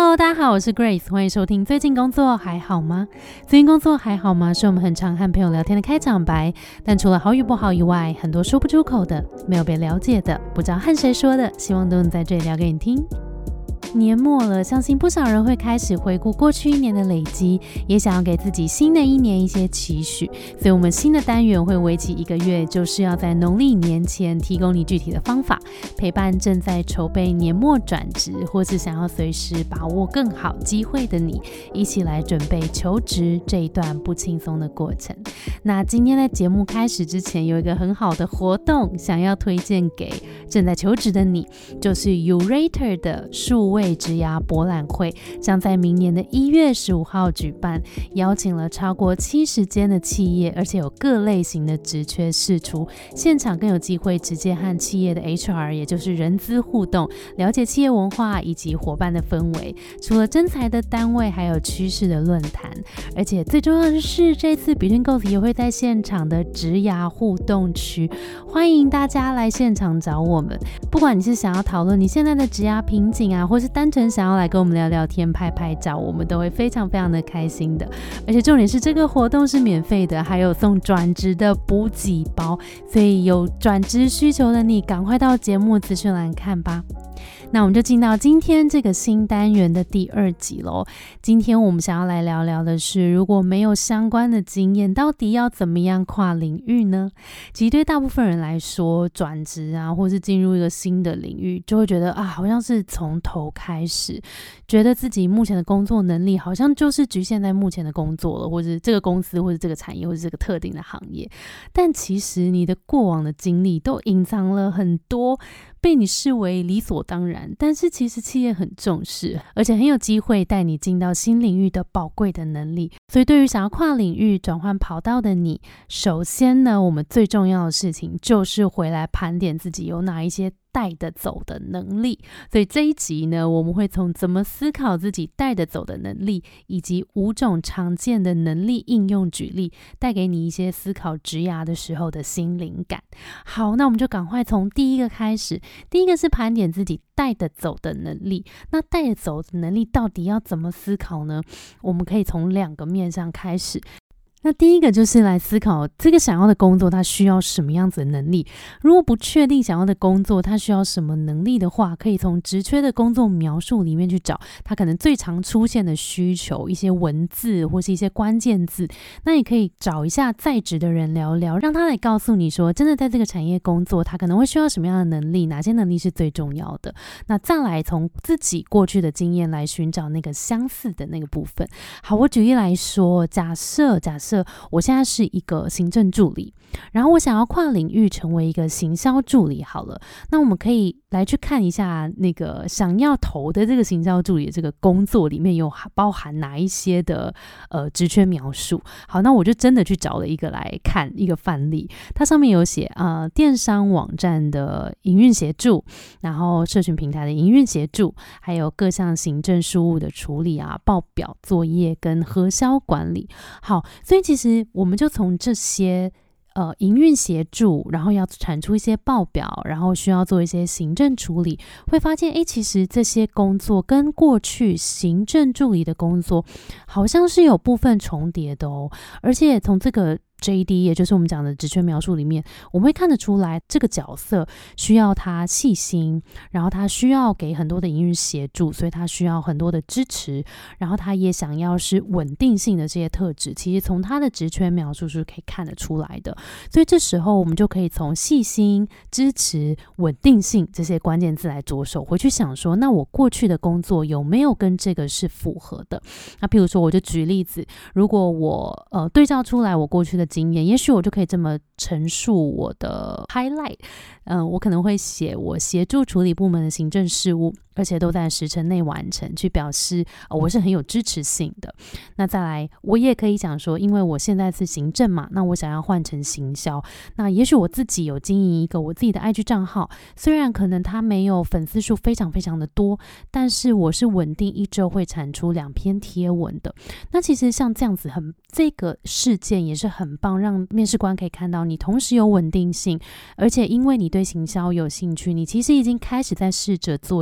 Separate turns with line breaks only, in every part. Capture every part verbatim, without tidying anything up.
Hello， 大家好，我是 Grace， 欢迎收听最近工作还好吗？最近工作还好吗？是我们很常和朋友聊天的开场白，但除了好与不好以外，很多说不出口的，没有被了解的，不知道和谁说的，希望都能在这里聊给你听。年末了，相信不少人会开始回顾过去一年的累积，也想要给自己新的一年一些期许，所以我们新的单元会为期一个月，就是要在农历年前提供你具体的方法，陪伴正在筹备年末转职，或是想要随时把握更好机会的你，一起来准备求职这一段不轻松的过程。那今天在节目开始之前，有一个很好的活动想要推荐给正在求职的你，就是 Yourator 的数位职涯博览会将在明年的一月十五号举办，邀请了超过七十间的企业，而且有各类型的职缺释出，现场更有机会直接和企业的 H R， 也就是人资互动，了解企业文化以及伙伴的氛围。除了征才的单位，还有趋势的论坛，而且最重要的是，这次 Between Goals 也会在现场的职涯互动区，欢迎大家来现场找我们。不管你是想要讨论你现在的职涯瓶颈啊，或是单纯想要来跟我们聊聊天、拍拍照，我们都会非常非常的开心的。而且重点是这个活动是免费的，还有送转职的补给包，所以有转职需求的你，赶快到节目资讯栏看吧。那我们就进到今天这个新单元的第二集咯。今天我们想要来聊聊的是，如果没有相关的经验，到底要怎么样跨领域呢？其实对大部分人来说，转职啊，或是进入一个新的领域，就会觉得啊，好像是从头开始，觉得自己目前的工作能力好像就是局限在目前的工作了，或者这个公司，或者这个产业，或者这个特定的行业。但其实你的过往的经历都隐藏了很多被你视为理所当然，但是其实企业很重视，而且很有机会带你进到新领域的宝贵的能力。所以对于想要跨领域转换跑道的你，首先呢，我们最重要的事情就是回来盘点自己有哪一些带得走的能力。所以这一集呢，我们会从怎么思考自己带得走的能力，以及五种常见的能力应用举例，带给你一些思考职涯的时候的新灵感。好，那我们就赶快从第一个开始。第一个是盘点自己带得走的能力。那带得走的能力到底要怎么思考呢？我们可以从两个面向开始。那第一个就是来思考这个想要的工作它需要什么样子的能力。如果不确定想要的工作它需要什么能力的话，可以从职缺的工作描述里面去找它可能最常出现的需求，一些文字或是一些关键字。那你可以找一下在职的人聊聊，让他来告诉你说真的在这个产业工作他可能会需要什么样的能力，哪些能力是最重要的。那再来从自己过去的经验来寻找那个相似的那个部分。好，我举例来说，假设假设我现在是一个行政助理，然后我想要跨领域成为一个行销助理好了，那我们可以来去看一下那个想要投的这个行销助理的这个工作里面有包含哪一些的呃职缺描述。好，那我就真的去找了一个来看一个范例，它上面有写呃电商网站的营运协助，然后社群平台的营运协助，还有各项行政事务的处理啊，报表作业跟核销管理。好，所以其实我们就从这些呃，营运协助，然后要产出一些报表，然后需要做一些行政处理，会发现诶，其实这些工作跟过去行政助理的工作好像是有部分重叠的哦。而且从这个J D， 也就是我们讲的职缺描述里面，我们会看得出来这个角色需要他细心，然后他需要给很多的营运协助，所以他需要很多的支持，然后他也想要是稳定性的这些特质，其实从他的职缺描述是可以看得出来的。所以这时候我们就可以从细心、支持、稳定性这些关键字来着手，回去想说，那我过去的工作有没有跟这个是符合的。那譬如说我就举例子，如果我呃对照出来我过去的经验，也许我就可以这么陈述我的 highlight。嗯，我可能会写我协助处理部门的行政事务，而且都在时程内完成，去表示、呃、我是很有支持性的。那再来，我也可以讲说，因为我现在是行政嘛，那我想要换成行销，那也许我自己有经营一个我自己的 I G 账号，虽然可能它没有粉丝数非常非常的多，但是我是稳定一周会产出两篇贴文的。那其实像这样子很这个事件也是很棒，让面试官可以看到你同时有稳定性，而且因为你对行销有兴趣，你其实已经开始在试着做一些文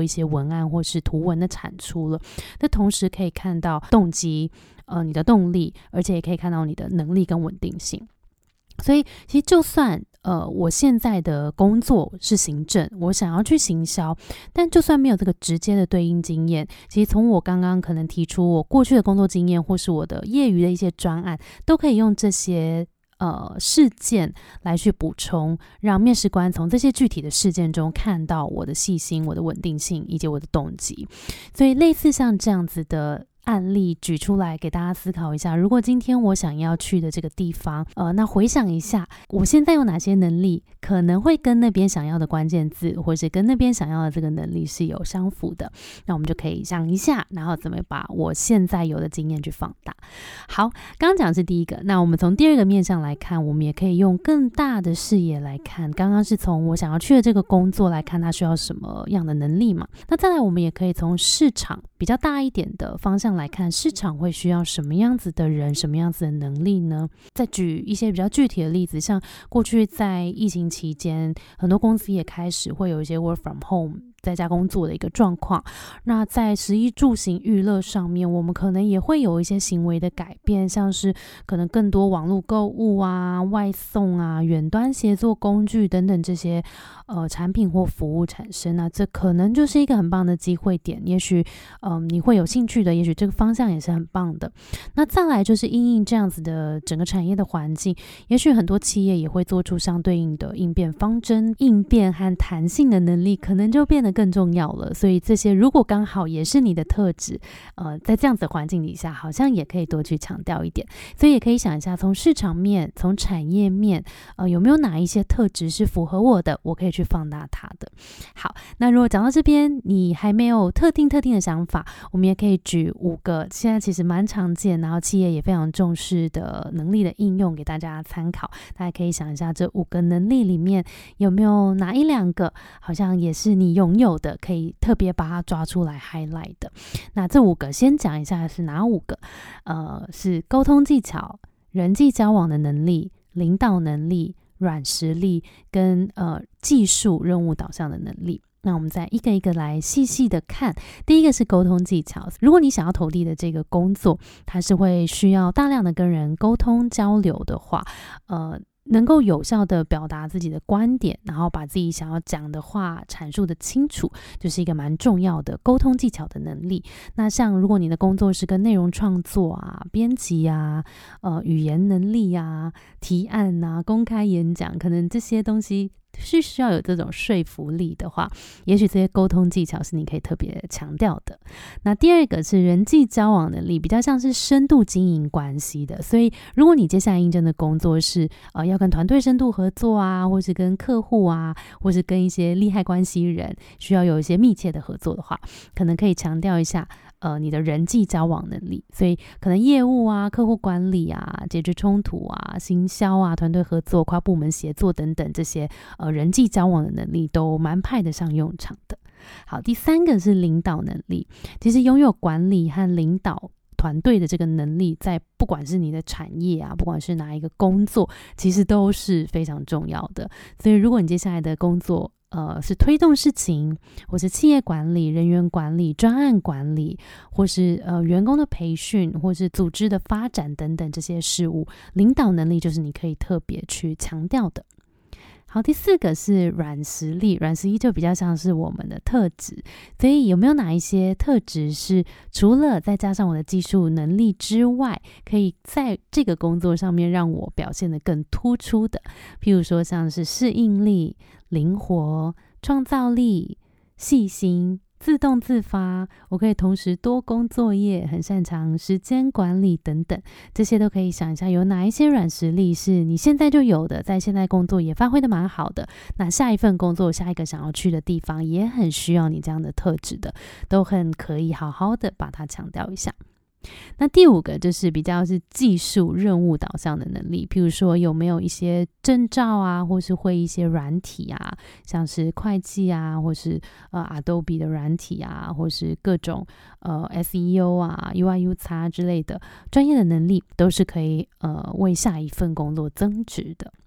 文案或是图文的产出了。那同时可以看到动机，呃，你的动力，而且也可以看到你的能力跟稳定性。所以其实就算呃我现在的工作是行政，我想要去行销，但就算没有这个直接的对应经验，其实从我刚刚可能提出我过去的工作经验，或是我的业余的一些专案，都可以用这些呃事件来去补充，让面试官从这些具体的事件中看到我的细心、我的稳定性以及我的动机。所以类似像这样子的案例举出来给大家思考一下，如果今天我想要去的这个地方，呃，那回想一下我现在有哪些能力可能会跟那边想要的关键字，或是跟那边想要的这个能力是有相符的，那我们就可以想一下，然后怎么把我现在有的经验去放大。好，刚刚讲的是第一个，那我们从第二个面向来看，我们也可以用更大的视野来看，刚刚是从我想要去的这个工作来看它需要什么样的能力嘛，那再来我们也可以从市场比较大一点的方向来看，市场会需要什么样子的人，什么样子的能力呢？再举一些比较具体的例子，像过去在疫情期间，很多公司也开始会有一些 work from home在家工作的一个状况。那在食衣住行娱乐上面，我们可能也会有一些行为的改变，像是可能更多网络购物啊、外送啊、远端协作工具等等这些呃产品或服务产生。那这可能就是一个很棒的机会点，也许嗯、呃、你会有兴趣的，也许这个方向也是很棒的。那再来就是因应这样子的整个产业的环境，也许很多企业也会做出相对应的应变方针，应变和弹性的能力可能就变得更重要了。所以这些如果刚好也是你的特质，呃，在这样子的环境底下，好像也可以多去强调一点。所以也可以想一下，从市场面、从产业面，呃，有没有哪一些特质是符合我的，我可以去放大它的。好，那如果讲到这边，你还没有特定特定的想法，我们也可以举五个现在其实蛮常见，然后企业也非常重视的能力的应用给大家参考。大家可以想一下，这五个能力里面有没有哪一两个好像也是你拥有的，可以特别把它抓出来 highlight 的。那这五个先讲一下是哪五个，呃，是沟通技巧、人际交往的能力、领导能力、软实力跟呃技术任务导向的能力。那我们再一个一个来细细的看。第一个是沟通技巧，如果你想要投递的这个工作，它是会需要大量的跟人沟通交流的话，呃能够有效的表达自己的观点，然后把自己想要讲的话阐述的清楚，就是一个蛮重要的沟通技巧的能力。那像如果你的工作是跟内容创作啊、编辑啊、呃语言能力啊、提案啊、公开演讲，可能这些东西是需要有这种说服力的话，也许这些沟通技巧是你可以特别强调的。那第二个是人际交往能力，比较像是深度经营关系的。所以如果你接下来应征的工作是呃要跟团队深度合作啊，或是跟客户啊，或是跟一些利害关系人需要有一些密切的合作的话，可能可以强调一下呃，你的人际交往能力。所以可能业务啊、客户管理啊、解决冲突啊、行销啊、团队合作、跨部门协作等等这些呃人际交往的能力都蛮派得上用场的。好，第三个是领导能力。其实拥有管理和领导团队的这个能力，在不管是你的产业啊，不管是哪一个工作，其实都是非常重要的。所以如果你接下来的工作呃，是推动事情，或是企业管理、人员管理、专案管理，或是呃员工的培训，或是组织的发展等等这些事物，领导能力就是你可以特别去强调的。好，第四个是软实力。软实力就比较像是我们的特质，所以有没有哪一些特质是除了再加上我的技术能力之外，可以在这个工作上面让我表现得更突出的？譬如说像是适应力、灵活、创造力、细心、自动自发，我可以同时多工作业，很擅长时间管理等等，这些都可以想一下有哪一些软实力是你现在就有的，在现在工作也发挥的蛮好的，那下一份工作下一个想要去的地方也很需要你这样的特质的，都很可以好好的把它强调一下。那第五个就是比较是技术任务导向的能力，譬如说有没有一些证照啊，或是会一些软体啊，像是会计啊，或是呃 Adobe 的软体啊，或是各种呃 S E O 啊 U I U X 之类的专业的能力，都是可以呃为下一份工作增值的。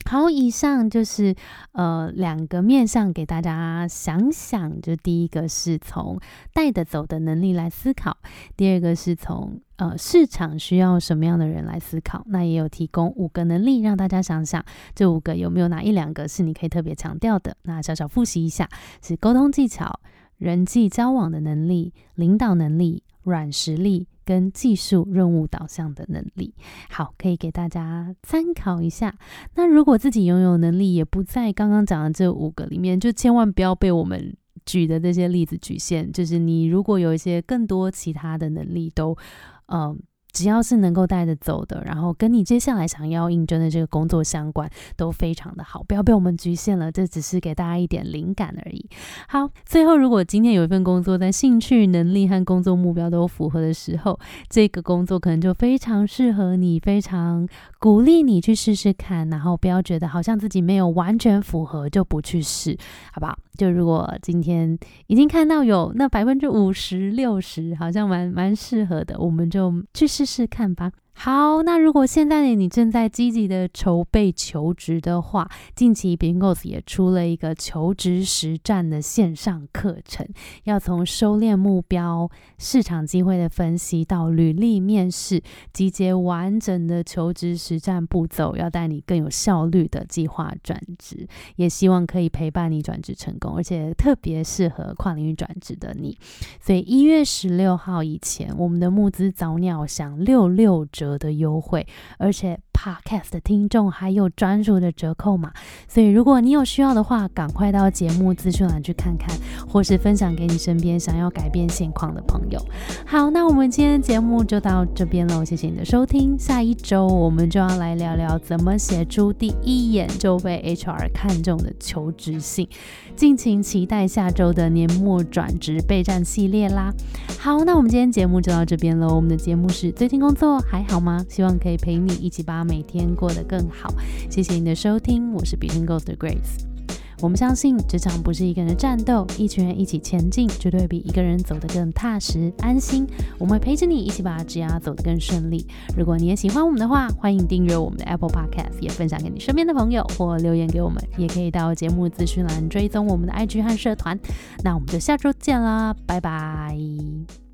好，以上就是呃两个面向给大家想想，就第一个是从带得走的能力来思考，第二个是从呃市场需要什么样的人来思考。那也有提供五个能力让大家想想，这五个有没有哪一两个是你可以特别强调的。那小小复习一下，是沟通技巧、人际交往的能力、领导能力、软实力跟技术任务导向的能力。好，可以给大家参考一下。那如果自己拥有能力也不在刚刚讲的这五个里面，就千万不要被我们举的这些例子局限，就是你如果有一些更多其他的能力都呃只要是能够带着走的，然后跟你接下来想要应征的这个工作相关，都非常的好，不要被我们局限了，这只是给大家一点灵感而已。好，最后如果今天有一份工作在兴趣、能力和工作目标都符合的时候，这个工作可能就非常适合你，非常鼓励你去试试看，然后不要觉得好像自己没有完全符合就不去试，好不好？就如果今天已经看到有那百分之五十、六十，好像蛮蛮适合的，我们就去试试看吧。好，那如果现在你正在积极的筹备求职的话，近期 Bingos 也出了一个求职实战的线上课程，要从收敛目标、市场机会的分析到履历面试，集结完整的求职实战步骤，要带你更有效率的计划转职，也希望可以陪伴你转职成功，而且特别适合跨领域转职的你。所以一月十六号以前，我们的募资早鸟享六六折的优惠，而且 Podcast 的听众还有专属的折扣码，所以如果你有需要的话，赶快到节目资讯栏去看看，或是分享给你身边想要改变现况的朋友。好，那我们今天的节目就到这边咯，谢谢你的收听。下一周我们就要来聊聊怎么写出第一眼就被 H R 看中的求职信，敬请期待下周的年末转职备战系列啦。好，那我们今天节目就到这边咯。我们的节目是最近工作还好吗？希望可以陪你一起把每天过得更好。谢谢你的收听，我是 Between Ghost 的 Grace。我们相信职场不是一个人的战斗，一群人一起前进，绝对比一个人走得更踏实安心。我们会陪着你一起把职涯走得更顺利。如果你也喜欢我们的话，欢迎订阅我们的 Apple Podcast， 也分享给你身边的朋友，或留言给我们，也可以到节目资讯栏追踪我们的 I G 和社团。那我们就下周见啦，拜拜。